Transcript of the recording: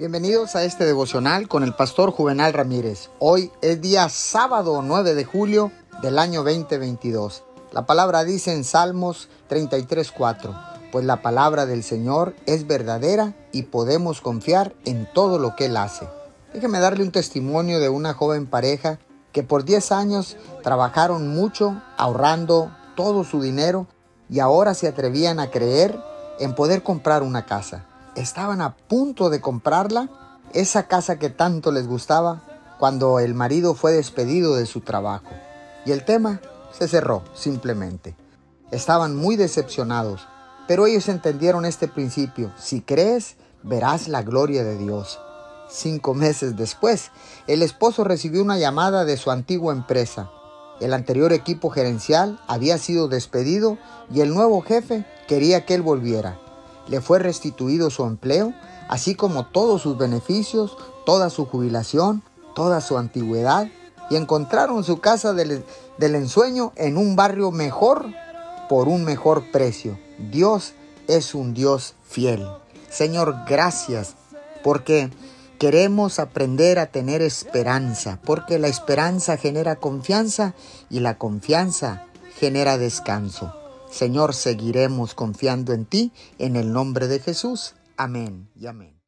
Bienvenidos a este devocional con el pastor Juvenal Ramírez. Hoy es día sábado 9 de julio del año 2022. La palabra dice en Salmos 33:4, pues la palabra del Señor es verdadera y podemos confiar en todo lo que Él hace. Déjeme darle un testimonio de una joven pareja que por 10 años trabajaron mucho ahorrando todo su dinero y ahora se atrevían a creer en poder comprar una casa. Estaban a punto de comprarla, esa casa que tanto les gustaba, cuando el marido fue despedido de su trabajo. Y el tema se cerró simplemente. Estaban muy decepcionados, pero ellos entendieron este principio: si crees, verás la gloria de Dios. 5 meses después, el esposo recibió una llamada de su antigua empresa. El anterior equipo gerencial había sido despedido y el nuevo jefe quería que él volviera. Le fue restituido su empleo, así como todos sus beneficios, toda su jubilación, toda su antigüedad, y encontraron su casa del ensueño en un barrio mejor por un mejor precio. Dios es un Dios fiel. Señor, gracias, porque queremos aprender a tener esperanza, porque la esperanza genera confianza y la confianza genera descanso. Señor, seguiremos confiando en ti, en el nombre de Jesús. Amén y amén.